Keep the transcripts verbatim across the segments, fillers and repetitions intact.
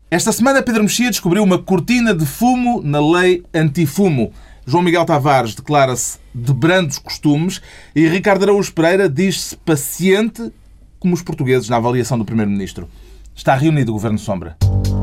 Esta semana, Pedro Mexia descobriu uma cortina de fumo na lei antifumo. João Miguel Tavares declara-se de brandos costumes e Ricardo Araújo Pereira diz-se paciente como os portugueses na avaliação do Primeiro-Ministro. Está reunido o Governo Sombra.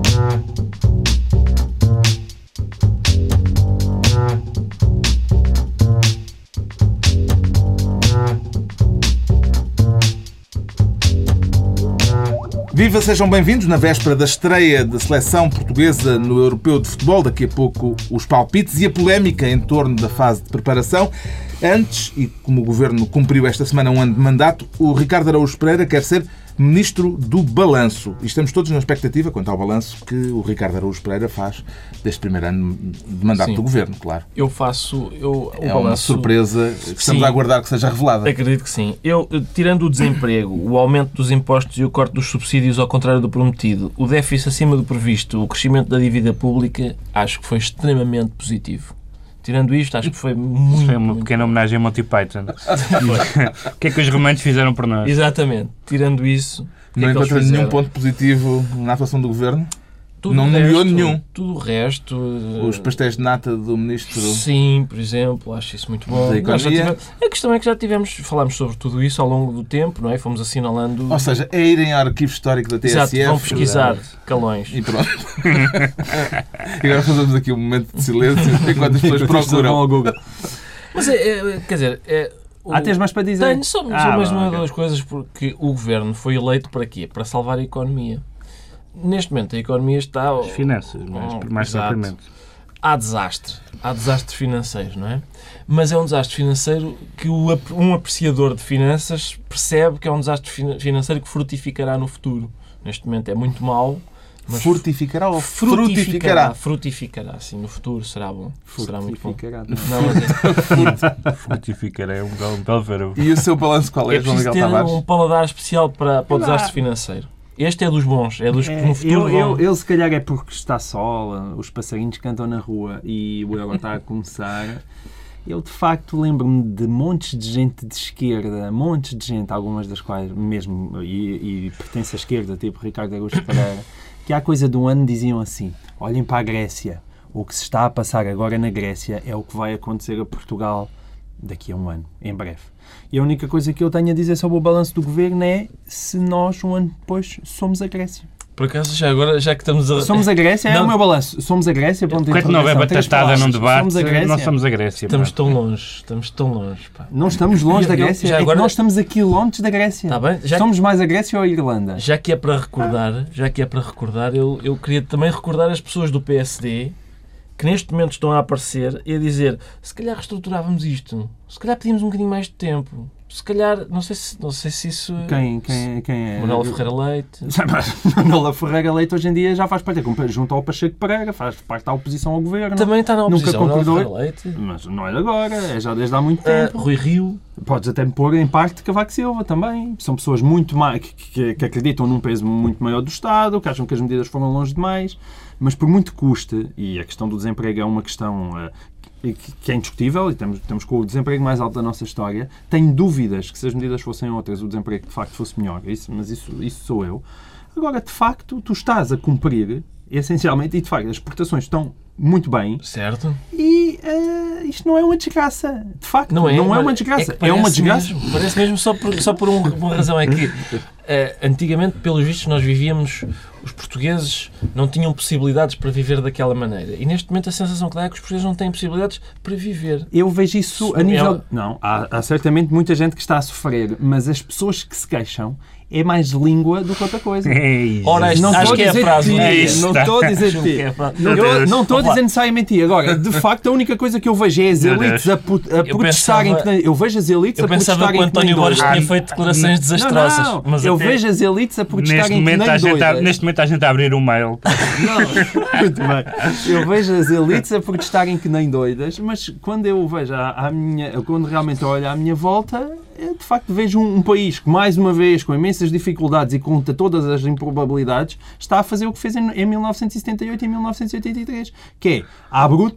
Viva, sejam bem-vindos na véspera da estreia da seleção portuguesa no Europeu de Futebol. Daqui a pouco os palpites e a polémica em torno da fase de preparação. Antes, e como o Governo cumpriu esta semana um ano de mandato, o Ricardo Araújo Pereira quer ser Ministro do Balanço. E estamos todos na expectativa quanto ao balanço que o Ricardo Araújo Pereira faz deste primeiro ano de mandato Sim. do Governo, claro. Eu faço... Eu, o é balanço... uma surpresa que estamos sim, a aguardar que seja revelada. Acredito que sim. Eu, tirando o desemprego, o aumento dos impostos e o corte dos subsídios ao contrário do prometido, o déficit acima do previsto, o crescimento da dívida pública, acho que foi extremamente positivo. Tirando isto, acho que foi muito... Foi uma pequena homenagem a Monty Python. O que é que os romanos fizeram por nós? Exatamente. Tirando isso... Não encontra nenhum ponto positivo na atuação do Governo? Tudo não nomeou nenhum? Tudo o resto... Os pastéis de nata do Ministro... Sim, por exemplo, acho isso muito bom. Da Economia. Tivemos, a questão é que já tivemos... Falámos sobre tudo isso ao longo do tempo, não é? Fomos assinalando... Ou seja, é irem ao arquivo histórico da T S F... Exato, vão pesquisar calões. E pronto. E agora fazemos aqui um momento de silêncio enquanto as pessoas procuram ao Google. Mas, é, é, quer dizer... É, Ah, tens mais para dizer? Tenho, só, ah, só mais uma okay. das coisas, porque o Governo foi eleito para quê? Para salvar a economia. Neste momento a economia está... As finanças, mais, oh, mais propriamente. Há desastre. Há desastre financeiro, não é? Mas é um desastre financeiro que o, um apreciador de finanças percebe que é um desastre financeiro que frutificará no futuro. Neste momento é muito mau. Mas Frutificará ou frutificará? Frutificará, sim. No futuro será bom. Será muito bom. Não, mas é... Frutificará é um belo verbo. E o seu balanço qual é, é João Miguel ter Tavares? um paladar especial para, para o desastre financeiro. Este é dos bons, é dos que no futuro eu, vão... eu, eu se calhar é porque está sol, os passarinhos cantam na rua e o Euro está a começar. Eu, de facto, lembro-me de montes de gente de esquerda, montes de gente, algumas das quais mesmo, e, e pertence à esquerda, tipo Ricardo Araújo Pereira, que há coisa de um ano diziam assim: olhem para a Grécia, o que se está a passar agora na Grécia é o que vai acontecer a Portugal daqui a um ano, em breve. E a única coisa que eu tenho a dizer sobre o balanço do Governo é se nós, um ano depois, somos a Grécia. Por acaso, já agora, já que estamos a... Somos a Grécia? Não. É o meu balanço. Somos a Grécia? Ponto de Enquanto não houver batatada num debate, somos a Grécia. Nós somos a Grécia. Estamos pá. tão longe. Estamos tão longe. Pá. Não estamos longe eu, da Grécia. Já é agora... que nós estamos a quilómetros da Grécia. Tá bem? Já somos que... mais a Grécia ou a Irlanda? Já que é para recordar, já que é para recordar, eu, eu queria também recordar as pessoas do P S D que neste momento estão a aparecer e a dizer: se calhar reestruturávamos isto, se calhar pedimos um bocadinho mais de tempo. Se calhar, não sei se, não sei se isso... Quem, quem, quem é? Manuela Ferreira Leite. Manuela Ferreira Leite hoje em dia já faz parte, junto ao Pacheco Pereira, faz parte da oposição ao Governo. Também está na oposição, Nunca concordou, Manuela Ferreira Leite. Mas não é de agora, é já desde há muito tempo. Uh, Rui Rio. Podes até me pôr em parte Cavaco Silva também. São pessoas muito mais, que, que, que acreditam num peso muito maior do Estado, que acham que as medidas foram longe demais, mas por muito custe, e a questão do desemprego é uma questão... Uh, que é indiscutível, e temos, temos com o desemprego mais alto da nossa história, tenho dúvidas que se as medidas fossem outras, o desemprego de facto fosse melhor, isso, mas isso, isso sou eu. Agora, de facto, tu estás a cumprir, essencialmente, e de facto as exportações estão muito bem. Certo. E uh, isto não é uma desgraça. De facto, não é, não é uma desgraça. É, é uma desgraça. Mesmo, parece mesmo só por, só por um, uma razão. É que uh, antigamente, pelos vistos, nós vivíamos... Os portugueses não tinham possibilidades para viver daquela maneira. E neste momento a sensação que dá é que os portugueses não têm possibilidades para viver. Eu vejo isso a nível... Não, há, há certamente muita gente que está a sofrer, mas as pessoas que se queixam é mais língua do que outra coisa. É Ora, não acho que é a frase. Ti, é não estou a dizer ti. Não estou a dizer necessariamente ti. Agora, de facto, a única coisa que eu vejo é as elites a, a protestarem. Eu, pensava, eu vejo as elites a protestarem. Eu pensava que o António Borges tinha feito declarações desastrosas. Não, não. Mas eu até... vejo as elites a protestarem que nem doidas. Neste momento a gente a abrir um mail. Não, muito bem. Eu vejo as elites a protestarem que nem doidas, mas quando eu vejo a, a minha, quando realmente eu olho à minha volta, eu, de facto vejo um, um país que, mais uma vez, com imensas dificuldades e contra todas as improbabilidades, está a fazer o que fez em, em mil novecentos e setenta e oito e em mil novecentos e oitenta e três, que é, à bruta,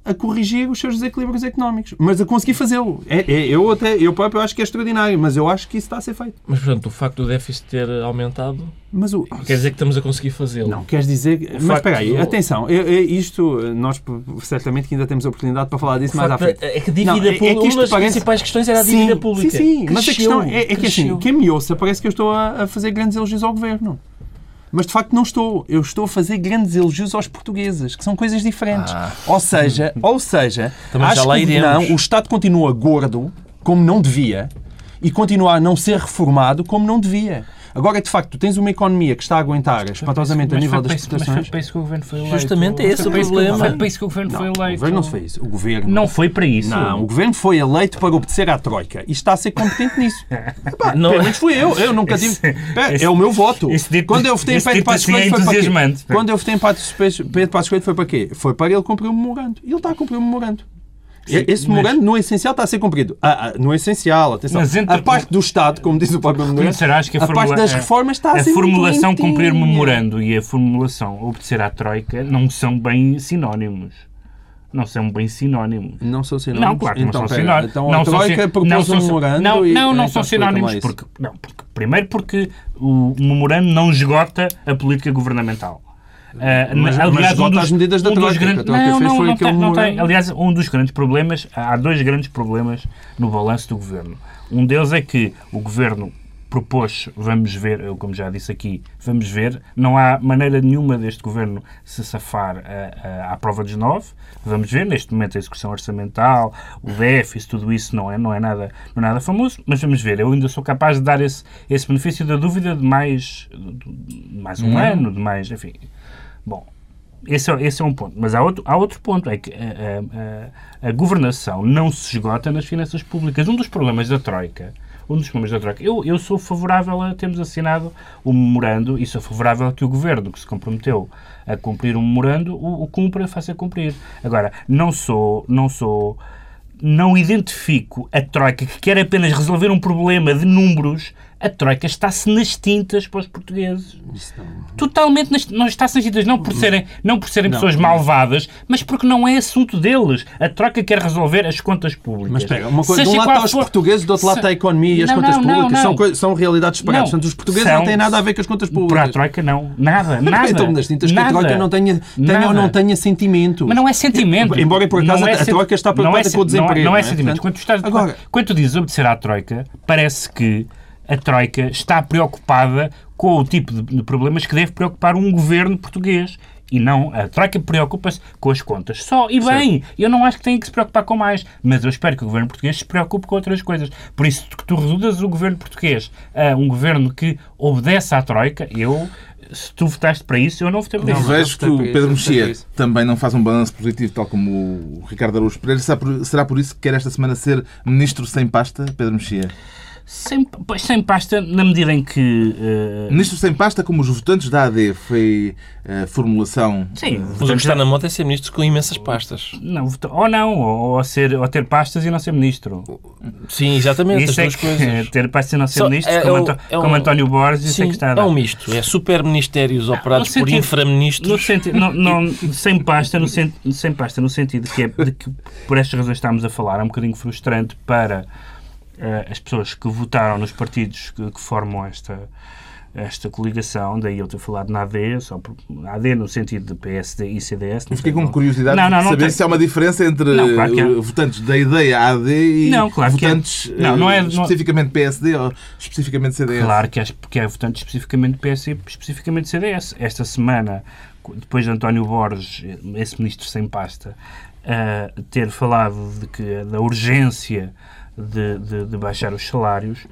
a corrigir os seus desequilíbrios económicos, mas a conseguir fazê-lo. É, é, eu, até, eu próprio acho que é extraordinário, mas eu acho que isso está a ser feito. Mas, portanto, o facto do déficit ter aumentado mas o... quer dizer que estamos a conseguir fazê-lo? Não, quer dizer... O mas espera aí, do... atenção, eu, eu, isto, nós certamente que ainda temos a oportunidade para falar disso mais à frente. É que a dívida não, é, pública, é que uma das parece... principais questões era a sim, dívida pública. Sim, sim, cresceu, mas a questão é, é que cresceu. assim, quem me ouça parece que eu estou a, a fazer grandes elogios ao Governo. Mas de facto não estou. Eu estou a fazer grandes elogios aos portugueses, que são coisas diferentes. Ah. Ou seja, ou seja Também acho já lá que iremos. não, o Estado continua gordo, como não devia, e continua a não ser reformado como não devia. Agora, de facto, tu tens uma economia que está a aguentar espantosamente a nível das exportações. Mas foi para isso que o Governo foi eleito. Justamente é esse o problema. Foi para isso que o Governo não, foi eleito. O Governo não foi isso. O Governo... Não foi para isso. Não, o Governo foi eleito para obedecer à Troika e está a ser competente nisso. Epá, não, pelo menos fui eu. Eu nunca tive... Pera, é o meu voto. Dito, Quando eu votei em Pedro Passos Coelho foi para quê? Pera. Quando eu votei em Pedro Passos Coelho foi para quê? Foi para ele cumprir o memorando. E ele está a cumprir o memorando. Sim, Esse mas... memorando, no essencial, está a ser cumprido. Ah, ah, no essencial, atenção. Entre... A parte do Estado, como diz o próprio memorando, que a, a formula... parte das reformas está a, a ser A formulação muito cumprir memorando e a formulação obedecer à Troika não são bem sinónimos. Não são bem sinónimos. Não são sinónimos? Não, claro que então, não são pera, sinónimos. Então não a Troika são, propôs não um memorando Não, e... não, não então, são sinónimos. Porque, não, porque, primeiro porque o memorando não esgota a política governamental. Uh, mas, aliás, mas um dos, as medidas da um Troika. Grandes... A Troika não, fez não, foi não, tem, não tem. memorando... Aliás, um dos grandes problemas, há dois grandes problemas no balanço do Governo. Um deles é que o Governo propôs, vamos ver, eu como já disse aqui, vamos ver, não há maneira nenhuma deste Governo se safar a, a, à prova dos nove, vamos ver, neste momento a execução orçamental, o déficit, tudo isso não é, não é, nada, não é nada famoso, mas vamos ver, eu ainda sou capaz de dar esse, esse benefício da dúvida de mais, de mais um hum. ano, de mais, enfim... Bom, esse é, esse é um ponto. Mas há outro, há outro ponto, é que a, a, a governação não se esgota nas finanças públicas. Um dos problemas da Troika, um dos problemas da Troika, eu, eu sou favorável a termos assinado o memorando e sou favorável a que o Governo, que se comprometeu a cumprir o memorando, o, o cumpra e faça cumprir. Agora, não sou... Não sou não identifico a Troika que quer apenas resolver um problema de números. A Troika está-se nas tintas para os portugueses. Totalmente nas, não está-se nas tintas, não por serem, não por serem não, pessoas não. malvadas, mas porque não é assunto deles. A Troika quer resolver as contas públicas. Mas espera, uma coisa, de um lado está os for... portugueses, do outro lado está a economia e as não, contas não, públicas. Não, não. São, são realidades separadas. Portanto, os portugueses são, não têm nada a ver com as contas públicas. Para a Troika, não. Nada, nada. Então, nas tintas nada, que a Troika não tenha, tenha ou não tenha sentimento. Mas não é sentimento. Embora, por acaso, é a Troika está preocupada com o desemprego. Não é, não é sentimento. Quando tu, estás, Agora, quando tu dizes obedecer à Troika, parece que a Troika está preocupada com o tipo de, de problemas que deve preocupar um governo português. E não, a Troika preocupa-se com as contas só. E bem, certo. Eu não acho que tenha que se preocupar com mais, mas eu espero que o governo português se preocupe com outras coisas. Por isso, que tu redudas o governo português a um governo que obedece à Troika, eu... Se tu votaste para isso, eu não votei para não, isso. Vejo que o Pedro Mexia também não faz um balanço positivo, tal como o Ricardo Araújo Pereira. Será por, será por isso que quer esta semana ser ministro sem pasta, Pedro Mexia? Sem, pois, sem pasta, na medida em que... Uh... Ministro sem pasta, como os votantes da A D, foi a formulação... Sim, mas o que está na moda é ser ministro com imensas pastas. Não, ou não, ou, ou, ser, ou ter pastas e não ser ministro. Sim, exatamente, isso as duas é coisas. Ter pastas e não ser Só, ministro, é, como, é, Anto, é um, como António Borges, isso sim, é que está a dar. É um misto, é super-ministérios operados sentido, por infraministros. No sentido, não, não, sem, pasta, no sen, sem pasta, no sentido que, é, de que, por estas razões estamos a falar, é um bocadinho frustrante para... Uh, as pessoas que votaram nos partidos que, que formam esta, esta coligação, daí eu ter falado na A D, só por, A D no sentido de P S D e C D S. Eu fiquei com curiosidade não, não, de não saber tem... se há uma diferença entre não, claro é. votantes da ideia A D e não, claro votantes é. não, não é, especificamente P S D ou especificamente C D S. Claro que é, que é votantes especificamente P S D e especificamente C D S. Esta semana, depois de António Borges, esse ministro sem pasta, uh, ter falado de que, da urgência De, de, de baixar os salários,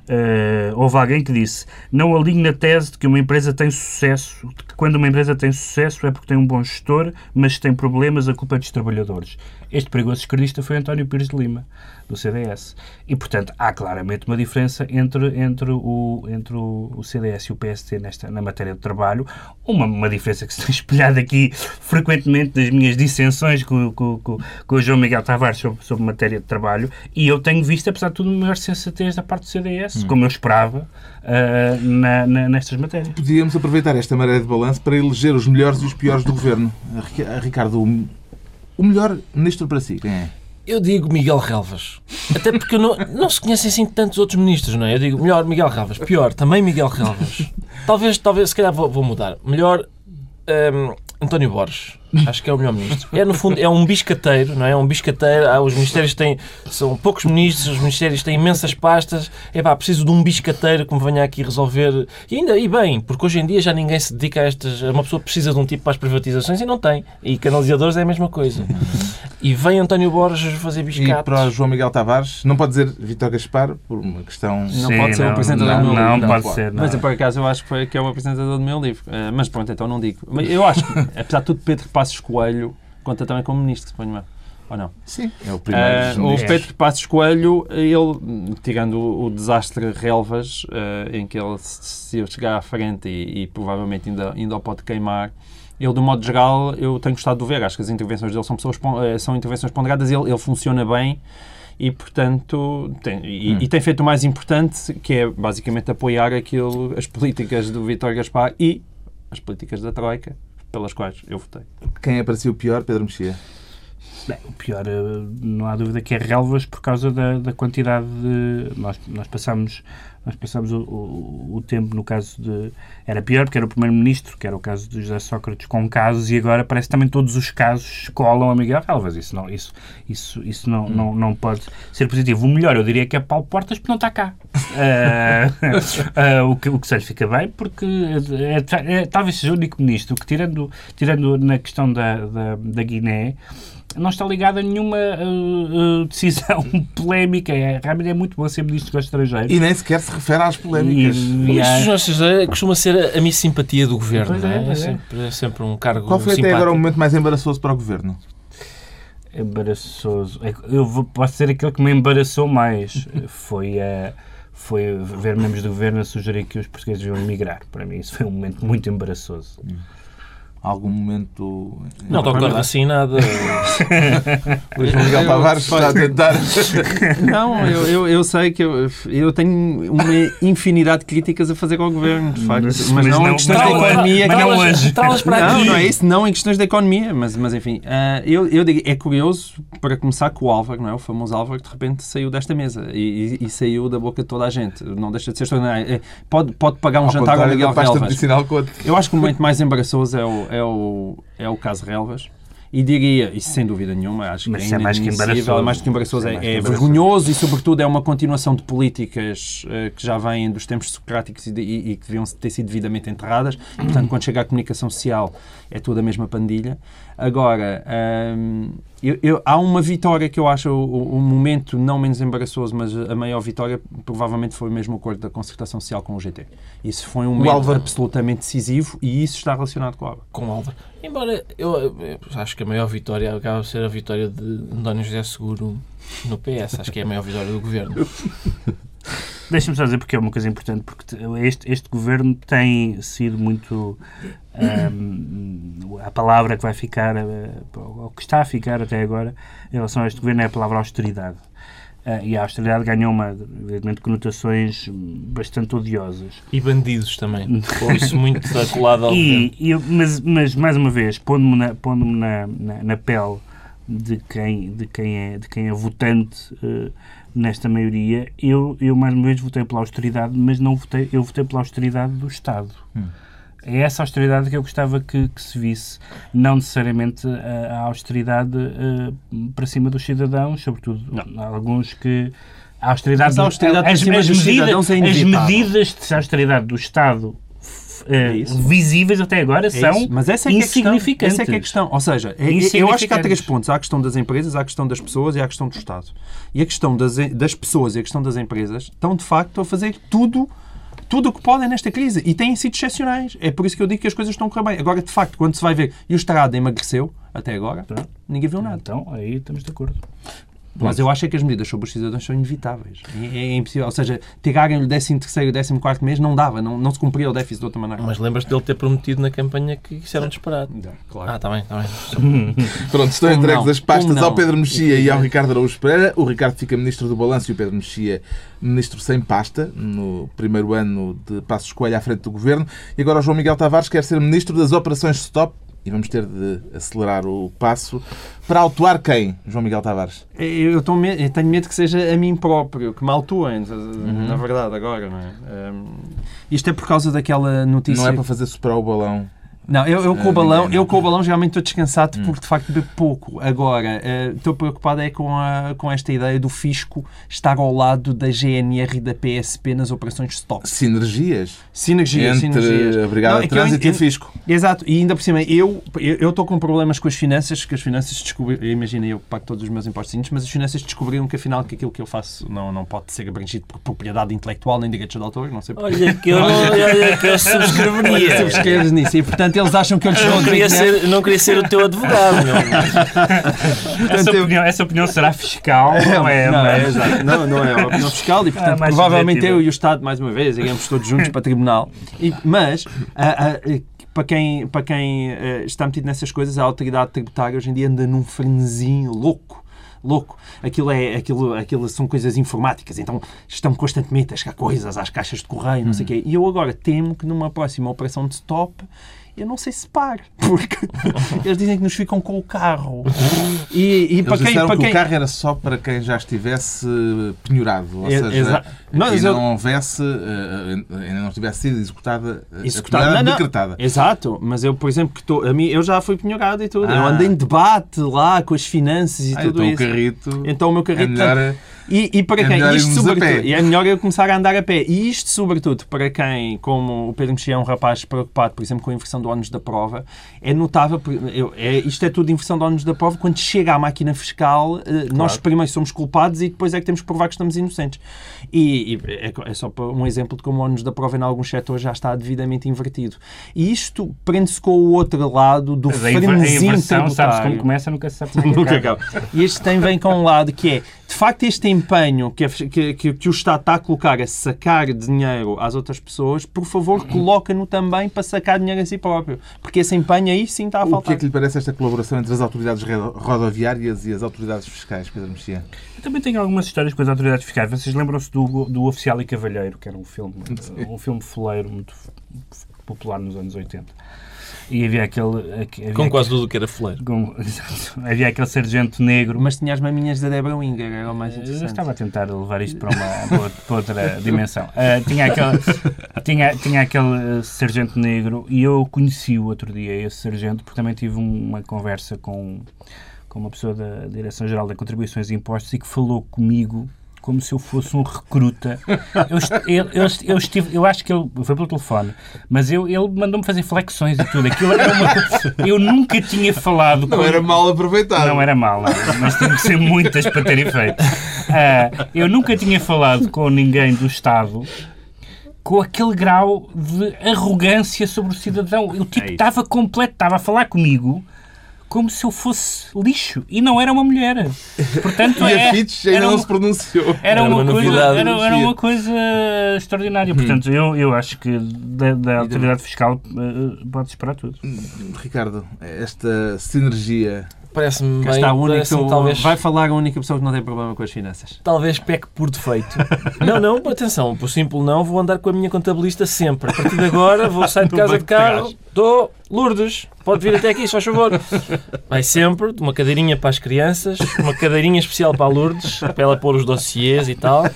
uh, houve alguém que disse: não alinho na tese de que uma empresa tem sucesso, de que quando uma empresa tem sucesso é porque tem um bom gestor, mas se tem problemas a culpa é dos trabalhadores. Este perigoso esquerdista foi António Pires de Lima, do C D S. E, portanto, há claramente uma diferença entre, entre, o, entre o, o C D S e o P S D nesta, na matéria de trabalho, uma, uma diferença que se tem espelhado aqui frequentemente nas minhas dissensões com, com, com, com o João Miguel Tavares sobre, sobre matéria de trabalho, e eu tenho visto, apesar de tudo, uma maior sensatez da parte do C D S, hum. como eu esperava, uh, na, na, nestas matérias. Podíamos aproveitar esta maré de balanço para eleger os melhores e os piores do governo. Ricardo, O melhor ministro para si, quem é? Eu digo Miguel Relvas. Até porque não, não se conhecem assim tantos outros ministros, não é? Eu digo melhor Miguel Relvas. Pior, também Miguel Relvas. Talvez, talvez, se calhar vou, vou mudar. Melhor um, António Borges. Acho que é o melhor ministro. É, no fundo, é um biscateiro, não é? É um biscateiro. Ah, os ministérios têm... São poucos ministros, os ministérios têm imensas pastas. É pá, preciso de um biscateiro que me venha aqui resolver... E ainda, e bem, porque hoje em dia já ninguém se dedica a estas... Uma pessoa precisa de um tipo para as privatizações e não tem. E canalizadores é a mesma coisa. E vem António Borges fazer biscates. E para o João Miguel Tavares, não pode dizer Vítor Gaspar, por uma questão... Não Sim, pode ser não, o apresentador não, do meu não, livro. Não pode ser. Não. Mas eu, por acaso, eu acho que, foi, que é o apresentador do meu livro. Uh, mas pronto, então não digo. Mas eu acho que, apesar de tudo, Pedro Passos Coelho conta também como ministro, suponho eu. Ou não? Sim, é o primeiro. Uh, o Pedro Passos Coelho, ele, tirando o, o desastre Relvas, uh, em que ele, se eu chegar à frente e, e provavelmente ainda, ainda o pode queimar, ele, de um modo geral, eu tenho gostado de o ver. Acho que as intervenções dele são, pessoas, são intervenções ponderadas, ele, ele funciona bem e, portanto, tem, e, hum. e tem feito o mais importante, que é basicamente apoiar aquilo, as políticas do Vítor Gaspar e as políticas da Troika, pelas quais eu votei. Quem é para si o pior, Pedro Mexia? Bem, o pior, não há dúvida que é Relvas, por causa da, da quantidade de... Nós, nós passamos, nós passamos o, o, o tempo, no caso de... Era pior, porque era o primeiro-ministro, que era o caso de José Sócrates, com casos, e agora parece que também todos os casos escolam a Miguel Relvas. Isso não, isso, isso, isso não, hum. não, não pode ser positivo. O melhor, eu diria que é Paulo Portas, porque não está cá. uh, uh, o, que, o que se lhe fica bem, porque é, é, é, talvez seja o único ministro que, tirando, tirando na questão da, da, da Guiné, não está ligado a nenhuma uh, uh, decisão polémica. É, realmente é muito bom ser ministro dos Estrangeiros. E nem sequer se refere às polémicas. E, e há... Isto costuma ser a miss simpatia do governo. Pois é, não é? pois é. É, sempre, é sempre um cargo Qual foi simpático. até agora o momento mais embaraçoso para o governo? Embaraçoso. Eu vou, posso ser aquele que me embaraçou mais. Foi a... Uh, foi ver membros do governo a sugerir que os portugueses deviam emigrar. Para mim, isso foi um momento muito embaraçoso. Algum momento... Não concordo assim nada. O João Miguel Tavares está a tentar... Não, eu, eu, eu sei que eu, eu tenho uma infinidade de críticas a fazer ao governo, de facto. Mas, mas não, não em questões da economia. Mas não hoje. Não, não é isso, não em questões da economia. Mas, mas enfim, uh, eu, eu digo, é curioso, para começar, que o Álvaro, não é? O famoso Álvaro, de repente saiu desta mesa e, e, e saiu da boca de toda a gente. Não deixa de ser extraordinário. Pode, pode pagar um Ao jantar ao Miguel Relvas. Eu acho que o momento mais embaraçoso é o É o, é o caso Relvas e diria, isso sem dúvida nenhuma, acho mas que é, é mais que embaraçoso, é mais que embaraçoso, é, é, é embaraçoso. vergonhoso e sobretudo é uma continuação de políticas uh, que já vêm dos tempos socráticos e, de, e, e que deviam ter sido devidamente enterradas, e, portanto quando chega à comunicação social é toda a mesma pandilha. Agora, um, eu, eu, há uma vitória que eu acho o, o momento não menos embaraçoso, mas a maior vitória provavelmente foi mesmo o acordo da concertação social com o G T. Isso foi um momento absolutamente decisivo e isso está relacionado com o Álvaro. Com o Álvaro. Embora eu, eu acho que a maior vitória acaba de ser a vitória de António José Seguro no P S. Acho que é a maior vitória do governo. Deixa-me só dizer porque é uma coisa importante, porque este, este governo tem sido muito... Um, a palavra que vai ficar, ou que está a ficar até agora, em relação a este governo, é a palavra austeridade. Uh, e a austeridade ganhou, uma, evidentemente, conotações bastante odiosas. E bandidos também. Por isso muito colado ao e, e, mas, mas, mais uma vez, pondo-me na, pondo-me na, na, na pele de quem, de quem, é, de quem é votante uh, nesta maioria, eu, eu mais uma vez votei pela austeridade, mas não votei, eu votei pela austeridade do Estado. Hum. É essa austeridade que eu gostava que, que se visse, não necessariamente a, a austeridade uh, para cima dos cidadãos, sobretudo não. Alguns que... A austeridade, mas a austeridade as, as, as, medidas, é as medidas de austeridade do Estado Uh, é visíveis até agora é são isso. Mas essa é insignificantes. Essa é que é a questão. Ou seja, é, eu acho que há três pontos. Há a questão das empresas, há a questão das pessoas e há a questão do Estado. E a questão das, das pessoas e a questão das empresas estão, de facto, a fazer tudo tudo o que podem nesta crise. E têm sido excepcionais. É por isso que eu digo que as coisas estão a correr bem. Agora, de facto, quando se vai ver e o Estado emagreceu, até agora, Pronto. ninguém viu nada. Então, aí estamos de acordo. Mas eu acho que as medidas sobre os cidadãos são inevitáveis. É, é impossível. Ou seja, tirarem-lhe o décimo terceiro e o décimo quarto mês não dava. Não, não se cumpria o déficit de outra maneira. Mas lembras-te dele ter prometido na campanha que isso era um disparate. Claro. Ah, está bem, está bem. Pronto, estão Como entregues não? as pastas ao Pedro Mexia e ao Ricardo Araújo Pereira. O Ricardo fica Ministro do Balanço e o Pedro Mexia Ministro sem pasta, no primeiro ano de Passos Coelho à frente do Governo. E agora o João Miguel Tavares quer ser Ministro das Operações Stop e vamos ter de acelerar o passo para autuar quem, João Miguel Tavares? Eu, tô, eu tenho medo que seja a mim próprio, que me autuem, uhum. na verdade, agora. Não é? Um, isto é por causa daquela notícia... Não é para fazer superar o balão. Não, eu, eu, com o balão, eu com o balão geralmente estou descansado porque de facto bebo pouco. Agora, uh, estou preocupado é com, a, com esta ideia do fisco estar ao lado da G N R e da P S P nas operações de stop. Sinergias? Sinergias, Entre sinergias. a Brigada de Trânsito e o fisco. Exato, e ainda por cima, eu eu estou com problemas com as finanças, que as finanças descobriram, imagina, eu pago todos os meus impostos, mas as finanças descobriram que afinal que aquilo que eu faço não, não pode ser abrangido por propriedade intelectual nem direitos de autor, não sei porquê. Olha que eu, olha que eu subscreveria. Subscreves nisso, e portanto eles acham que eu lhes não queria ser Não queria ser o teu advogado, não. essa, opinião, essa opinião será fiscal, não é? Não, mas... é, exato. não, não é a opinião fiscal e, portanto, ah, provavelmente subjetivo. eu e o Estado, mais uma vez, iremos todos juntos para tribunal. E, mas, a, a, para quem, para quem uh, está metido nessas coisas, a autoridade tributária hoje em dia anda num frenesim louco. Louco. Aquilo, é, aquilo, aquilo são coisas informáticas, então estão constantemente a chegar coisas às caixas de correio, não sei o quê. E eu agora temo que numa próxima operação de stop eu não sei se pare, porque eles dizem que nos ficam com o carro. E, e eles para quem, disseram para que quem... o carro era só para quem já estivesse penhorado, ou É, seja, exa... não, ainda eu... não houvesse, uh, ainda não tivesse sido executada, executada a não, não. decretada. Exato, mas eu, por exemplo, que tô, a mim, eu já fui penhorado e tudo. Ah. Eu andei em debate lá com as finanças e ah, tudo então isso. O carrito então o meu carrito... É melhor... E, e para é quem? Isto sobretudo, e é melhor eu começar a andar a pé. E isto, sobretudo, para quem, como o Pedro Mexia é um rapaz preocupado, por exemplo, com a inversão do ónus da prova, é notável, eu, é, isto é tudo inversão do ónus da prova, quando chega à máquina fiscal, claro. Nós primeiro somos culpados e depois é que temos que provar que estamos inocentes. E, e é, é só um exemplo de como o ónus da prova em alguns setores já está devidamente invertido. E isto prende-se com o outro lado do frenesim tributário. Sabes como começa, nunca se sabe como é nunca acaba. E este tem vem com um lado que é, de facto, este empenho que, que, que, que o Estado está a colocar a sacar dinheiro às outras pessoas, por favor, coloca-no também para sacar dinheiro a si próprio. Porque esse empenho aí sim está a faltar. O que é que lhe parece esta colaboração entre as autoridades rodoviárias e as autoridades fiscais, Pedro Mexia? Eu também tenho algumas histórias com as autoridades fiscais. Vocês lembram-se do, do Oficial e Cavalheiro, que era um filme, um filme foleiro muito popular nos anos oitenta. E havia aquele... Havia com quase aquele, tudo que era foleiro. Com, havia aquele sargento negro... Mas tinha as maminhas da Débora Winger, era o mais interessante. Eu estava a tentar levar isto para, uma, para outra dimensão. Uh, tinha, aquele, tinha, tinha aquele sargento negro e eu conheci o outro dia esse sargento porque também tive uma conversa com, com uma pessoa da Direção-Geral de Contribuições e Impostos e que falou comigo como se eu fosse um recruta. Eu, eu, eu, eu, estive, eu acho que ele foi pelo telefone, mas eu, ele mandou-me fazer flexões e tudo. Aquilo era uma coisa, eu nunca tinha falado... Não com... era mal aproveitado. Não era mal, não, mas tinha que ser muitas para ter efeito. Uh, eu nunca tinha falado com ninguém do Estado com aquele grau de arrogância sobre o cidadão. O tipo estava completo, estava a falar comigo como se eu fosse lixo. E não era uma mulher. Portanto, e é, a Fitch ainda uma, não se pronunciou. Era, era, uma, uma coisa, era, era uma hum. coisa extraordinária. Portanto, eu, eu acho que da, da autoridade fiscal uh, pode esperar tudo. Ricardo, esta sinergia... Parece-me bem, está a única, parece talvez... Vai falar a única pessoa que não tem problema com as finanças. Talvez peque por defeito. Não, não, atenção, por simples não, vou andar com a minha contabilista sempre. A partir de agora vou sair de casa de carro, estou, Lourdes, pode vir até aqui, se faz favor. Vai sempre, de uma cadeirinha para as crianças, uma cadeirinha especial para a Lourdes, para ela pôr os dossiês e tal.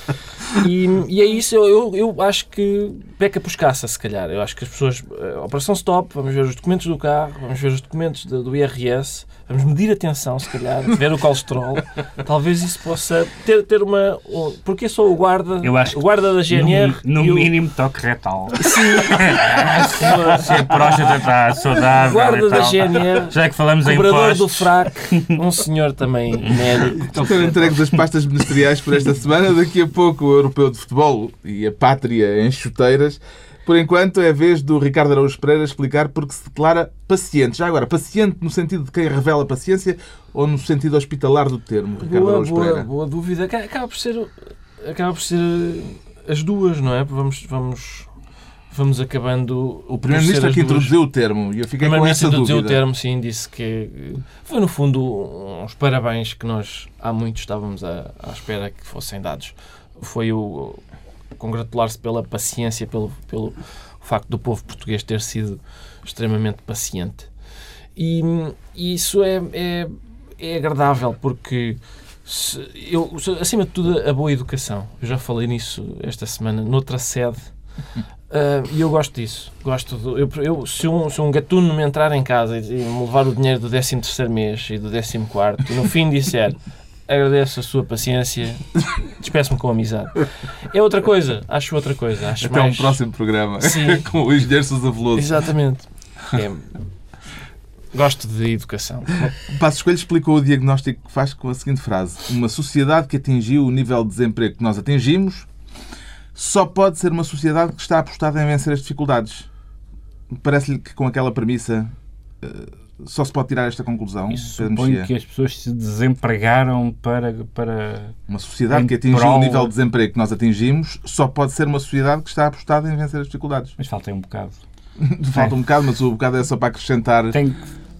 E, e é isso, eu, eu, eu acho que peca por escassa, se calhar. Eu acho que as pessoas... A Operação Stop, vamos ver os documentos do carro, vamos ver os documentos do, do I R S, vamos medir a tensão, se calhar, ver o colesterol. Talvez isso possa ter, ter uma... Um, porque só o guarda, eu acho o guarda da G N R... No, no o, mínimo toque retal. Sim. Se a próstata está saudável. Guarda da G N R, já que falamos em cobrador impostos. do frac, um senhor também médico. Estão entregues as pastas ministeriais por esta semana. Daqui a pouco o Europeu de Futebol e a Pátria em chuteiras. Por enquanto é a vez do Ricardo Araújo Pereira explicar porque se declara paciente. Já agora, paciente no sentido de quem revela paciência ou no sentido hospitalar do termo, Ricardo Boa, Araújo boa, Pereira? boa dúvida. Acaba por ser, acaba por ser as duas, não é? Vamos, vamos, vamos acabando... O Primeiro-Ministro aqui introduziu o termo e eu fiquei com essa dúvida. introduziu o termo, sim, disse que foi no fundo uns parabéns que nós há muito estávamos à, à espera que fossem dados. Foi o congratular-se pela paciência, pelo, pelo facto do povo português ter sido extremamente paciente. E, e isso é, é, é agradável, porque, se, eu, acima de tudo, a boa educação. Eu já falei nisso esta semana, noutra sede, uh, e eu gosto disso. Gosto de, eu, eu, se, um, se um gatuno me entrar em casa e, e me levar o dinheiro do décimo terceiro mês e do décimo quarto, e no fim disser... agradeço a sua paciência, despeço-me com amizade. É outra coisa, acho outra coisa. Acho Até mais... um próximo programa. Sim. Com o engenheiro Sousa Veloso. Exatamente. É... Gosto de educação. Passos Coelho explicou o diagnóstico que faz com a seguinte frase: uma sociedade que atingiu o nível de desemprego que nós atingimos só pode ser uma sociedade que está apostada em vencer as dificuldades. Parece-lhe que com aquela premissa só se pode tirar esta conclusão? Isso supõe que as pessoas se desempregaram para... para uma sociedade que atingiu prol... o nível de desemprego que nós atingimos só pode ser uma sociedade que está apostada em vencer as dificuldades. Mas falta um bocado. Falta um bocado, mas o bocado é só para acrescentar tem...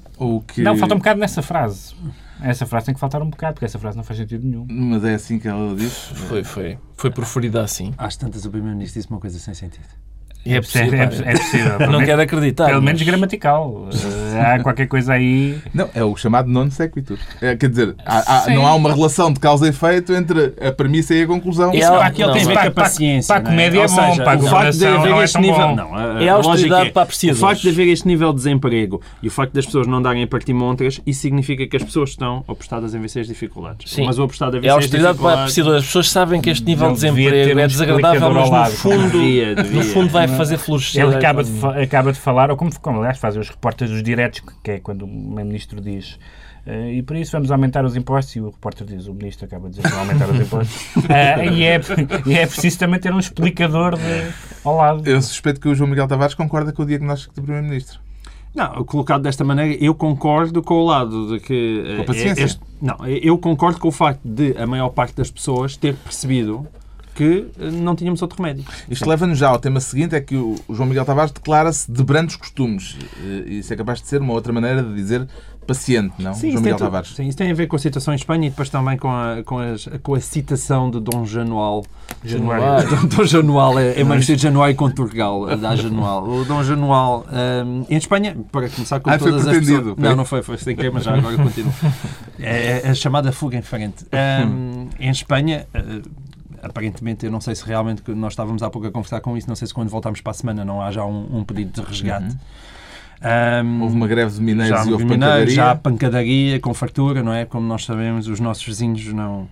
o que... Não, falta um bocado nessa frase. Essa frase tem que faltar um bocado, porque essa frase não faz sentido nenhum. Mas é assim que ela diz? Foi, foi. Foi preferida assim. Às tantas o Primeiro-Ministro disse uma coisa sem sentido. É, é possível. É, é possível. Não quero acreditar. Pelo menos mas... gramatical. Há qualquer coisa aí... Não, é o chamado non sequitur. É, quer dizer, há, há, não há uma relação de causa e efeito entre a premissa e a conclusão. Isso para aquilo tem a ver com a paciência. Para a comédia é bom, para a governação não é tão bom. Não, é a austeridade para apreciadores. O facto de haver este nível de desemprego e o facto das pessoas não darem partimontras, isso significa que as pessoas estão apostadas em vencer as dificuldades. Sim. Mas o apostado a vencer é a austeridade para apreciadores. As pessoas sabem que este nível de desemprego é desagradável, mas no fundo, devia, devia. no fundo vai fazer florescer. Ele acaba de, acaba de falar, ou como, como aliás fazem os repórteres dos diretos, que é quando o Primeiro-Ministro diz uh, e por isso vamos aumentar os impostos, e o repórter diz, o Ministro acaba de dizer que vai aumentar os impostos. Uh, e, é, e é preciso também ter um explicador de, ao lado. Eu suspeito que o João Miguel Tavares concorda com o diagnóstico do Primeiro-Ministro. Não, colocado desta maneira, eu concordo com o lado de que... Com a paciência? Este, não, eu concordo com o facto de a maior parte das pessoas ter percebido que não tínhamos outro remédio. Isto leva-nos já ao tema seguinte, é que o João Miguel Tavares declara-se de brandos costumes. Isso é capaz de ser uma outra maneira de dizer paciente, não? Sim, João Miguel tem, Tavares. Sim, isso tem a ver com a situação em Espanha e depois também com a, com as, com a citação de Dom Janual. Januário. Dom, Dom Janual é, é uma mistura de Januário com Turgal, da Janual. O Dom Janual, um, em Espanha, para começar com ah, todas foi as pessoas... foi? Não, não foi, foi sem querer, mas já agora continuo. É, é a chamada fuga em frente. Um, em Espanha... Uh, aparentemente, eu não sei se realmente nós estávamos há pouco a conversar com isso, não sei se quando voltarmos para a semana não há já um, um pedido de resgate. Uhum. Um, houve uma greve de mineiros já e houve mineiros, pancadaria. Já há pancadaria com fartura, não é? Como nós sabemos, os nossos vizinhos não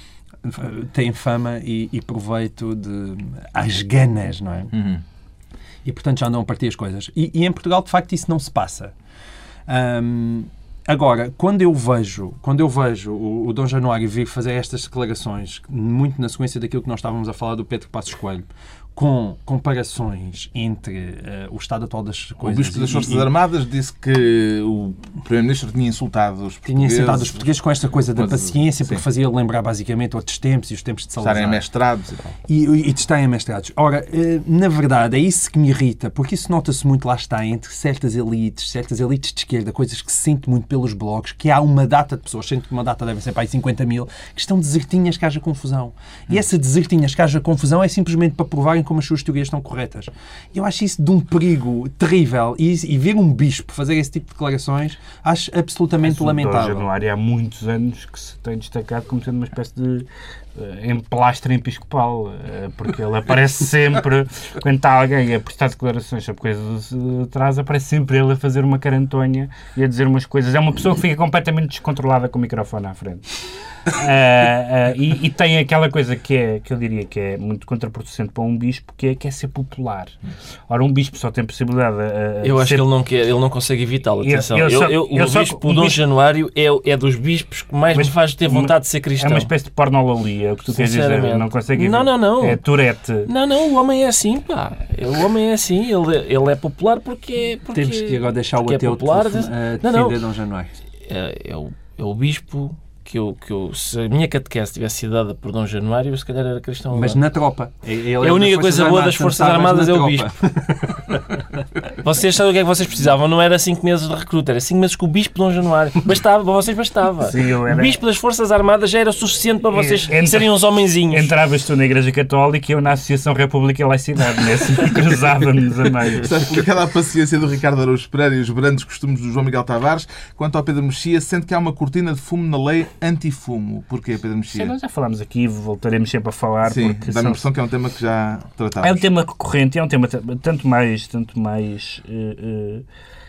têm fama e, e proveito de às ganas, não é? Uhum. E portanto já andam a partir as coisas. E, e em Portugal, de facto, isso não se passa. Um, Agora, quando eu vejo, quando eu vejo o, o Dom Januário vir fazer estas declarações, muito na sequência daquilo que nós estávamos a falar do Pedro Passos Coelho, com comparações entre uh, o estado atual das coisas... O Bispo das Forças e, Armadas disse que o Primeiro-Ministro tinha insultado os portugueses. Tinha insultado os portugueses com esta coisa da paciência, sim. porque fazia lembrar basicamente outros tempos e os tempos de Salazar. Estarem mestrados. E, e de estarem mestrados. Ora, uh, na verdade, é isso que me irrita, porque isso nota-se muito, lá está, entre certas elites, certas elites de esquerda, coisas que se sente muito pelos blogs, que há uma data de pessoas, sendo que uma data devem ser para aí cinquenta mil, que estão desertinhas que haja confusão. E essa desertinhas que haja confusão é simplesmente para provarem como as suas teorias estão corretas. Eu acho isso de um perigo terrível e, e ver um bispo fazer esse tipo de declarações acho absolutamente Mas lamentável. O Januário há muitos anos que se tem destacado como sendo uma espécie de uh, emplastre episcopal, uh, porque ele aparece sempre, quando está alguém a prestar declarações sobre coisas de trás, aparece sempre ele a fazer uma carantonha e a dizer umas coisas. É uma pessoa que fica completamente descontrolada com o microfone à frente. Uh, uh, e, e tem aquela coisa que é, que eu diria que é muito contraproducente para um bispo, que é, que é ser popular. Ora, um bispo só tem possibilidade uh, eu acho ser... que ele não quer, ele não consegue evitá-lo. Atenção, eu, eu eu, eu, eu, o só, bispo, o Dom bispo... Januário é, é dos bispos que mais mas, me faz ter vontade de ser cristão. É uma espécie de pornolalia, o que tu queres dizer, não consegue Não, não, não. É Tourette. Não, não, o homem é assim, pá. O homem é assim, ele, ele é popular porque, porque temos que agora deixar o é ateu popular, de, uh, defender não, não. Dom Januário. É, é, o, é o bispo que eu, que eu, se a minha catequese tivesse sido dada por Dom Januário, eu se calhar era cristão. Mas agora. Na tropa. Ele é a única coisa boa das Forças Armadas é o bispo. Vocês sabem o que é que vocês precisavam? Não era cinco meses de recruta, era cinco meses com o Bispo de Dom Januário. Bastava, para vocês bastava. Sim, eu era... O Bispo das Forças Armadas já era o suficiente para vocês Entra... serem uns homenzinhos. Entravas tu na Igreja Católica e eu na Associação República e Laicidade, né? Assim, cruzávamos a meio. Está explicada a paciência do Ricardo Araújo Pereira e os brandos costumes do João Miguel Tavares. Quanto ao Pedro Mexia, sente que há uma cortina de fumo na lei anti-fumo. Porquê, Pedro Mexia? Sim, nós já falámos aqui, voltaremos sempre a falar. Sim, porque dá-me a são... impressão que é um tema que já tratámos. É um tema recorrente, é um tema tanto mais, tanto mais uh, uh,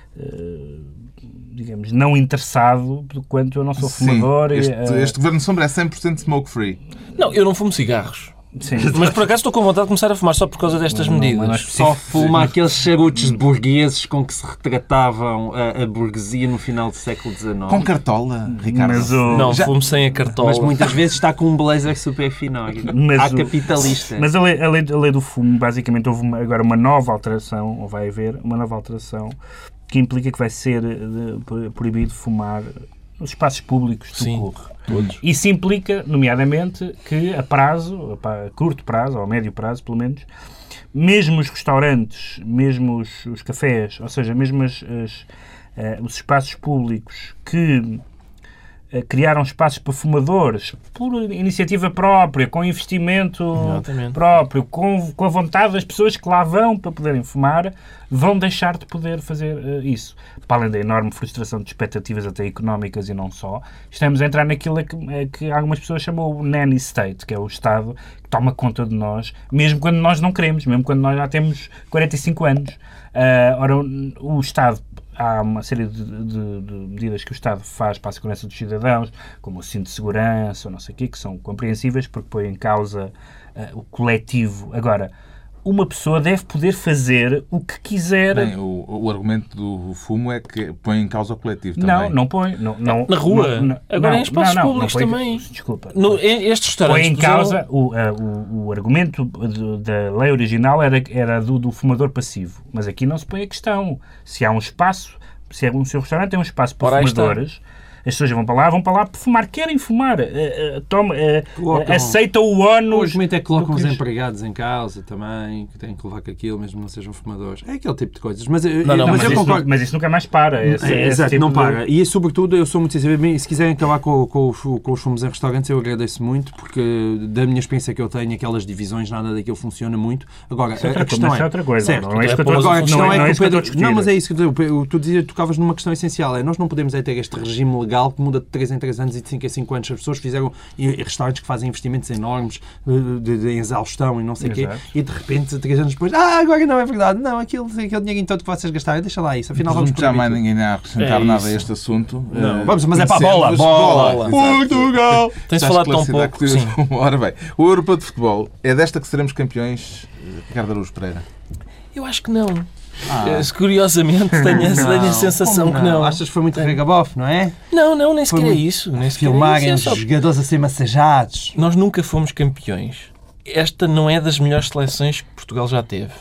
uh, digamos, não interessado quanto eu não sou fumador. Sim, este, e, uh... este Governo Sombra é cem por cento smoke-free. Não, eu não fumo cigarros. Sim. Mas por acaso estou com vontade de começar a fumar só por causa destas Não, não, medidas. mas Só fuma aqueles charutos burgueses com que se retratavam a, a burguesia no final do século dezenove. Com cartola, Ricardo? Mas o- Não, Já- fumo sem a cartola. Mas muitas vezes está com um blazer super fino. Mas Há o- capitalista. Mas a lei, a, lei, a lei do fumo, basicamente, houve uma- agora uma nova alteração, ou vai haver uma nova alteração, que implica que vai ser eh, proibido fumar nos espaços públicos do Sim, corpo. todos. Isso implica, nomeadamente, que a prazo, a curto prazo, ou a médio prazo, pelo menos, mesmo os restaurantes, mesmo os, os cafés, ou seja, mesmo as, as, eh, os espaços públicos que eh, criaram espaços para fumadores por iniciativa própria, com investimento Exatamente. próprio, com, com a vontade das pessoas que lá vão para poderem fumar, vão deixar de poder fazer uh, isso. Para além da enorme frustração de expectativas até económicas e não só, estamos a entrar naquilo que, é, que algumas pessoas chamam o nanny state, que é o Estado que toma conta de nós, mesmo quando nós não queremos, mesmo quando nós já temos quarenta e cinco anos. Uh, ora, o, o Estado, há uma série de, de, de medidas que o Estado faz para a segurança dos cidadãos, como o cinto de segurança, ou não sei o quê, que são compreensíveis porque põem em causa uh, o coletivo. Agora, uma pessoa deve poder fazer o que quiser. Bem, o, o argumento do fumo é que põe em causa o coletivo também. Não, não põe. Não, não, Na rua? não, não, Agora não, em espaços não, não, públicos não põe- também. Desculpa. No, estes restaurantes Põe em puseram- causa, o, a- o, o argumento do- da lei original era, era do, do fumador passivo. Mas aqui não se põe a questão. Se há um espaço, se é um seu restaurante tem um espaço para Ora, aí está. fumadores, as pessoas vão para lá, vão para lá para fumar, querem fumar, uh, uh, toma, uh, Colocam- uh, aceitam o O ónus. argumento é que colocam do os que- empregados em casa também, que têm que levar com aquilo, mesmo que não sejam fumadores. É aquele tipo de coisas. Mas, eu- Não, não, mas mas, eu isso, concordo. mas isso nunca mais para. Esse, É, esse exato, tipo não de- para. E, sobretudo, eu sou muito sincero. Bem, se quiserem acabar com, com, os- com os fumos em restaurantes, eu agradeço muito, porque da minha experiência que eu tenho, aquelas divisões, nada daquilo funciona muito. Agora, Isso é a, outra a questão coisa, isso é... é outra coisa. Certo. Não é isso que eu estou a Agora, a dizer. questão Não é- não é é que o isso que eu estou a Pedro... discutir. Não, mas é isso que eu estou tu dizia, tocavas numa questão essencial. É, nós não podemos é ter este regime legal que muda de três em três anos e de cinco em cinco anos. As pessoas fizeram e, e restaurantes que fazem investimentos enormes eh, de, de exaustão e não sei o quê, Exato. e de repente, três anos depois, ah, agora não é verdade. Não, aquele, aquele dinheiro todo que vocês gastaram, deixa lá isso. Afinal, vamos Presumo que já mais proibir ninguém irá acrescentar É nada isso. a este assunto. Não, Eh, vamos, mas é para a bola, conhecemos- bola. Exato. Portugal! Tem-se Está falado tão esclarecida pouco. a Sim. questão. Ora bem, o Europeu de Futebol, é desta que seremos campeões, eh, Ricardo Araújo Pereira? Eu acho que não. Ah. Eh, Curiosamente, tenho, essa- tenho a sensação Como que não. Achas que foi muito regabof, não é? Não, não, nem Foi sequer é muito- isso. Nem sequer é Filmarem os isso. É só- jogadores a ser massajados. Nós nunca fomos campeões. Esta não é das melhores seleções que Portugal já teve.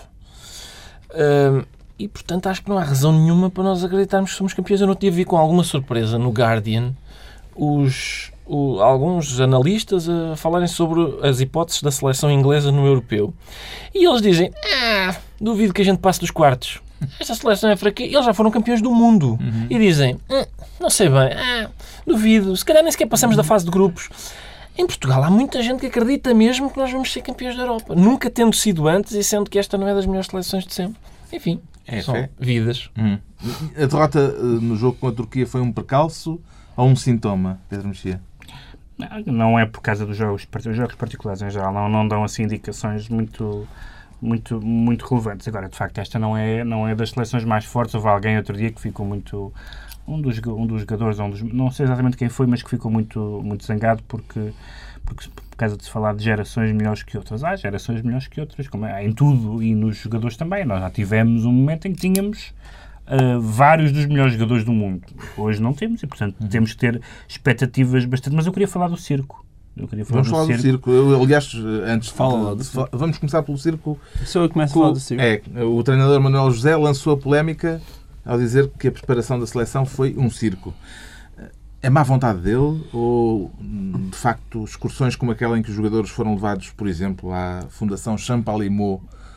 Ahm, e, portanto, acho que não há razão nenhuma para nós acreditarmos que somos campeões. Eu não tinha vi com alguma surpresa no Guardian os, o- alguns analistas a falarem sobre as hipóteses da seleção inglesa no europeu. E eles dizem, ah, duvido que a gente passe dos quartos. Esta seleção é fraca. Eles já foram campeões do mundo. Uhum. E dizem, "Hum, não sei bem, ah, duvido, se calhar nem sequer passamos da fase de grupos. Em Portugal há muita gente que acredita mesmo que nós vamos ser campeões da Europa. Nunca tendo sido antes e sendo que esta não é das melhores seleções de sempre. Enfim, É são fé? vidas. Hum. A derrota eh, no jogo com a Turquia foi um percalço ou um sintoma, Pedro Mexia? Não, não é por causa dos jogos, os jogos particulares em geral, não, não dão assim indicações muito, muito, muito relevantes. Agora, de facto, esta não é, não é das seleções mais fortes. Houve alguém outro dia que ficou muito... Um dos, um dos jogadores, um dos, não sei exatamente quem foi, mas que ficou muito, muito zangado porque, porque, por causa de se falar de gerações melhores que outras. Há gerações melhores que outras, como é, em tudo, e nos jogadores também. Nós já tivemos um momento em que tínhamos uh, vários dos melhores jogadores do mundo. Hoje não temos, e portanto Uhum. temos que ter expectativas bastante... Mas eu queria falar do circo. Eu queria falar Vamos do falar do circo. circo. Eu, aliás, antes Fala de- lá do de fa- vamos começar pelo circo. Só eu começo a Com- falar do circo. É, o treinador Manuel José lançou a polémica ao dizer que a preparação da seleção foi um circo. É má vontade dele ou, de facto, excursões como aquela em que os jogadores foram levados, por exemplo, à Fundação Champalimaud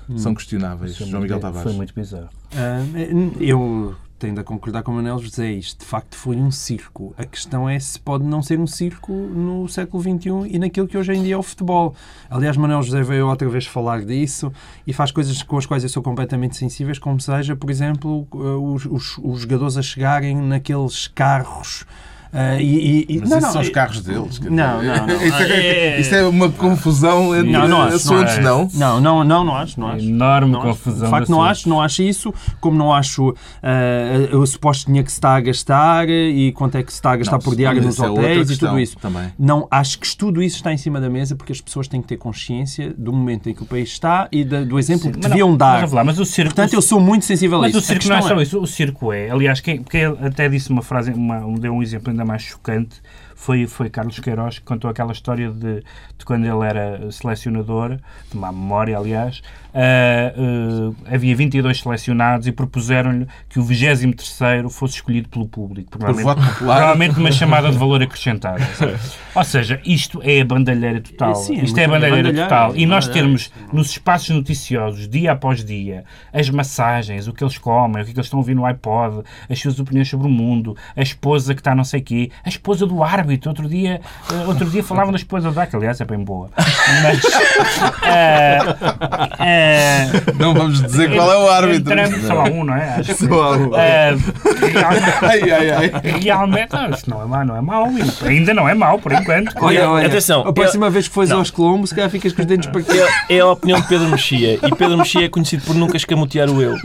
são questionáveis, Foi João muito- Miguel Tavares? Foi muito bizarro. Ah, eu tendo a concordar com o Manel José, isto de facto foi um circo. A questão é se pode não ser um circo no século vinte e um e naquilo que hoje em dia é o futebol. Aliás, Manel José veio outra vez falar disso e faz coisas com as quais eu sou completamente sensível, como seja, por exemplo, os, os, os jogadores a chegarem naqueles carros. Uh, e, e, Mas não, isso não, são os eu- carros deles. quer Não, dizer, não, não. Isto é, É- isto é uma confusão entre Não, não acho, assuntos, não não? Não, não, não, não acho, não acho. Enorme Não acho. confusão. De facto, de não assuntos. acho, não acho isso, como não acho uh, o suposto dinheiro que se está a gastar e quanto é que se está a gastar Não, por diário mas nos isso é outra hotéis e questão tudo isso. também. Não, acho que tudo isso está em cima da mesa porque as pessoas têm que ter consciência do momento em que o país está e da- do exemplo Sim, que mas deviam não, dar. mas, vamos lá, mas o circo, Portanto, eu sou muito sensível a mas isso. o circo A não é questão só isso. O circo é, aliás, quem, quem até disse uma frase, uma, deu um exemplo ainda mais chocante, foi, foi Carlos Queiroz, que contou aquela história de, de quando ele era selecionador, de má memória, aliás, uh, uh, havia vinte e dois selecionados e propuseram-lhe que o vigésimo terceiro fosse escolhido pelo público. Por Provavelmente, voto popular. provavelmente uma chamada de valor acrescentado. Ou seja, isto é a bandalheira total. Sim, é isto é a muito bandalheira bandalheira, total. E nós bandalheira. termos nos espaços noticiosos, dia após dia, as massagens, o que eles comem, o que eles estão a ouvir no iPod, as suas opiniões sobre o mundo, a esposa que está não sei quê, a esposa do árbitro. Outro dia, uh, outro dia falavam da esposa da, que aliás é bem boa. Mas, uh, uh, Não vamos dizer qual é o árbitro. entrando, sei lá, um, não é? Acho que, Só há um. uh, realmente, Ai, ai, ai. realmente, não, isto não é mau, não é mau. Ainda não é mau, por enquanto. Olha, olha, Atenção, a próxima vez que fores aos Colombos, se calhar ficas com os dentes para É, é a opinião de Pedro Mexia. E Pedro Mexia é conhecido por nunca escamotear o eu.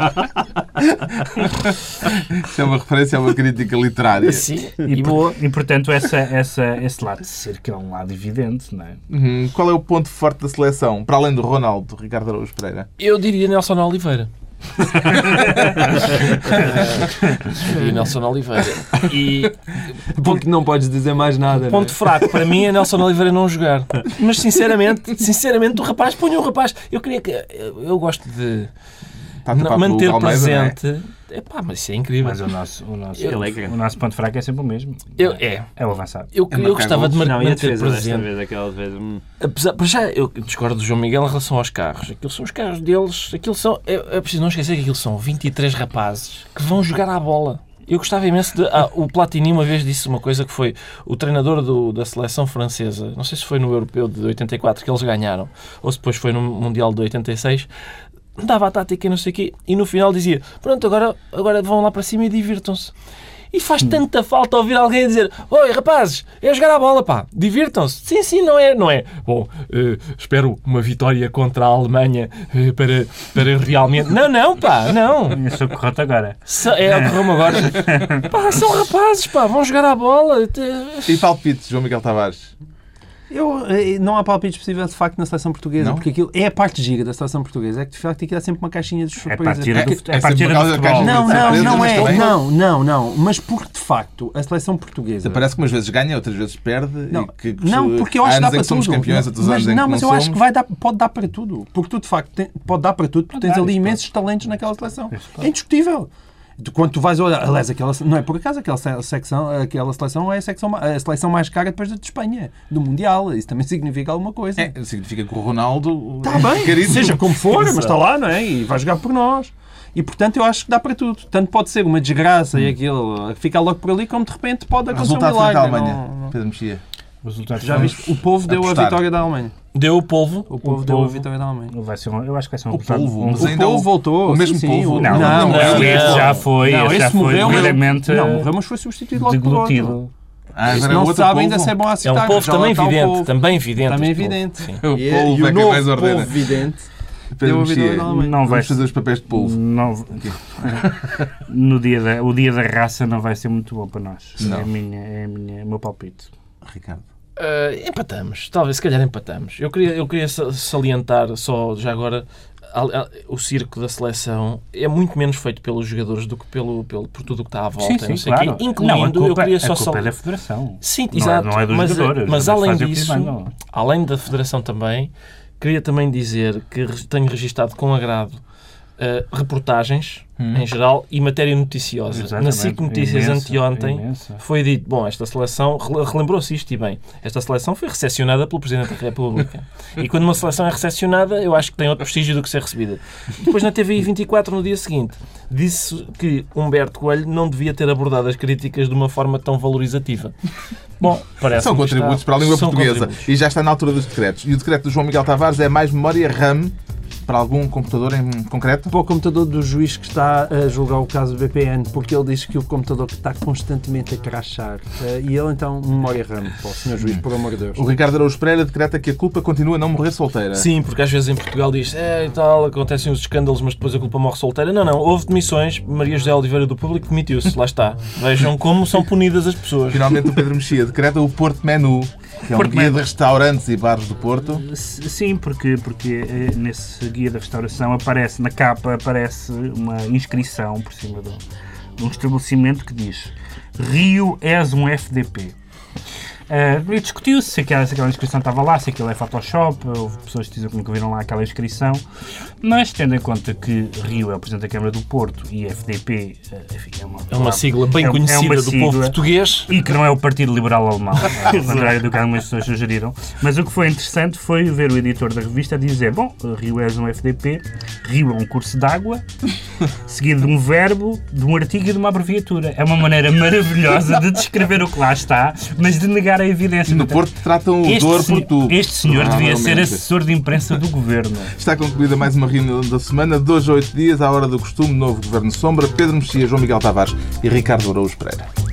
Isto é uma referência a uma crítica literária. Sim, E, e por- boa. e, portanto, essa, essa, esse lado de ser que é um lado evidente, não é? Uhum. Qual é o ponto forte da seleção? Para além do Ronaldo, Ricardo Araújo Pereira. Eu diria Nelson Oliveira. Eu diria Nelson Oliveira. E porque não podes dizer mais nada. ponto fraco para mim é Nelson Oliveira não jogar. Mas sinceramente, sinceramente, o rapaz, ponha o rapaz. Eu queria que. Eu, eu gosto de Está não- tapado pelo manter Almeida, presente. Epá, mas isso é incrível. Mas o nosso, o nosso, Eu- o nosso ponto fraco é sempre o mesmo. Eu, é. É o avançado. Eu, É eu marcar gostava de golos. mar- Não, e a manter defesa desta presente. vez, aquela defesa... hum. Apesar, para já, eu discordo do João Miguel em relação aos carros. Aquilo são os carros deles. Aquilo são, é, é preciso não esquecer que aquilo são vinte e três rapazes que vão jogar à bola. Eu gostava imenso de... Ah, o Platini uma vez disse uma coisa que foi o treinador do, da seleção francesa, não sei se foi no Europeu de oitenta e quatro que eles ganharam, ou se depois foi no Mundial de oitenta e seis, dava a tática e não sei o quê, e no final dizia, pronto, agora, agora vão lá para cima e divirtam-se. E faz tanta falta ouvir alguém dizer: oi, rapazes, é jogar a bola, pá, divirtam-se. Sim, sim, não é, não é. Bom, eh, espero uma vitória contra a Alemanha eh, para, para realmente... Não, não, pá, não. Isso ocorreu-te agora. Sa- É o que Roma agora. Pá, são rapazes, pá, vão jogar a bola. E palpites, João Miguel Tavares? Eu, eh, não há palpites possíveis de facto na seleção portuguesa, Não? porque aquilo é a parte gira da seleção portuguesa, é que de facto aquilo é sempre uma caixinha de É surpresas. partir É- do, é é sempre partir por do causa da futebol. caixa Não, de não, surpresas, não mas é. também- Não, não, não. Mas porque de facto a seleção portuguesa. Parece que umas vezes ganha, outras vezes perde. Não, e que, não, porque eu acho há que dá anos em para que somos tudo. campeões, outros mas, anos em não, que mas não eu acho que somos. vai dar, pode dar para tudo. Porque tu, de facto, tem- pode dar para tudo. Tu tens dar, ali isso imensos talentos naquela seleção. É indiscutível. Tu, quando tu vais olhar, aliás, aquela, não é por acaso, aquela, se- secção, aquela seleção é a, secção, ma- a seleção mais cara depois da de Espanha, do Mundial. Isso também significa alguma coisa. É, significa que o Ronaldo. Está bem, caríssimo. seja como for, mas está lá, não é? E vai jogar por nós. E portanto eu acho que dá para tudo. Tanto pode ser uma desgraça e aquilo ficar logo por ali, como de repente pode acontecer um Resultado frente milagre. à Alemanha. Não- não- Pedro Mexia. Os resultados Já são- viste? O povo deu Apostar. a vitória da Alemanha. Deu o polvo. O povo O deu a povo- vitória da Alemanha. Vai ser um- eu acho que vai ser um O resultado- polvo, um- mas O ainda povo o- voltou. o mesmo sim, polvo. o- Não, não, não, esse não. já foi, Não, esse já esse foi morreu, mas- devidamente Não, morreu, mas foi substituído logo por outro. deglutido. Ah, Isso agora é não se outro sabe ainda polvo. se é bom a É acertar. um polvo já lá também está o evidente. polvo. Também evidente. Também este polvo. evidente. Sim. O E, polvo e é o que é novo mais ordena. polvo vidente Pedro deu a vitória Mexia. da Alemanha. Não vai Vamos fazer os papéis de polvo. não, no dia da, o dia da raça não vai ser muito bom para nós. Não. É, a minha, é a minha, é o meu palpite. Ricardo. Uh, empatamos, talvez, se calhar empatamos. Eu queria, eu queria sa- salientar só já agora a- a- o circo da seleção é muito menos feito pelos jogadores do que pelo, pelo, por tudo o que está à volta. Sim, não sim, sei claro. quê. Incluindo, não, a culpa, eu queria a só culpa sal- é da Federação. Sim, Não é- exato. não é dos mas, jogadores, mas eles além fazem o que disso, mandam. além da Federação também, queria também dizer que re- tenho registado com agrado uh, reportagens, Hum. em geral, e matéria noticiosa. Exatamente. Na S I C Notícias Imensa, anteontem imensa. foi dito, bom, esta seleção, rel- relembrou-se isto e bem, esta seleção foi recepcionada pelo Presidente da República. E quando uma seleção é recepcionada, eu acho que tem outro prestígio do que ser recebida. Depois na T V I vinte e quatro, no dia seguinte, disse que Humberto Coelho não devia ter abordado as críticas de uma forma tão valorizativa. Bom, parece São contributos para a língua portuguesa. E já está na altura dos decretos. E o decreto do João Miguel Tavares é mais memória RAM para algum computador em concreto? Para o computador do juiz que está a julgar o caso do V P N, porque ele diz que o computador está constantemente a crashar. Uh, e ele, então, memória RAM para o senhor juiz, por amor de Deus. O Ricardo Araújo Pereira decreta que a culpa continua a não morrer solteira. Sim, porque às vezes em Portugal diz é e tal, acontecem os escândalos, mas depois a culpa morre solteira. Não, não, houve demissões. Maria José Oliveira do Público demitiu-se, lá está. Vejam como são punidas as pessoas. Finalmente o Pedro Mexia decreta o Porto Menu, que é um Porto guia Menu. de restaurantes e bares do Porto. Sim, porque, porque eh, nesse guia da restauração aparece, na capa, aparece uma inscrição por cima de um, de um estabelecimento que diz Rio és um F D P. Uh, e discutiu-se se aquela, se aquela inscrição estava lá, se aquilo é Photoshop, houve pessoas que dizem que nunca viram lá aquela inscrição, mas tendo em conta que Rio é o Presidente da Câmara do Porto e F D P uh, enfim, é, uma, É uma sigla bem é- é conhecida uma do sigla, povo português. e que não é o Partido Liberal Alemão, ao contrário do que algumas pessoas sugeriram. Mas o que foi interessante foi ver o editor da revista dizer: bom, Rio és um F D P, Rio é um curso de água, seguido de um verbo, de um artigo e de uma abreviatura. É uma maneira maravilhosa de descrever o que lá está, mas de negar a evidência. No Porto tratam o Este, dor senhor, por tu. este senhor devia ser Provavelmente. assessor de imprensa do governo. Está concluída mais uma reunião da semana. De hoje a oito dias, à hora do costume, novo Governo Sombra, Pedro Mexia, João Miguel Tavares e Ricardo Araújo Pereira.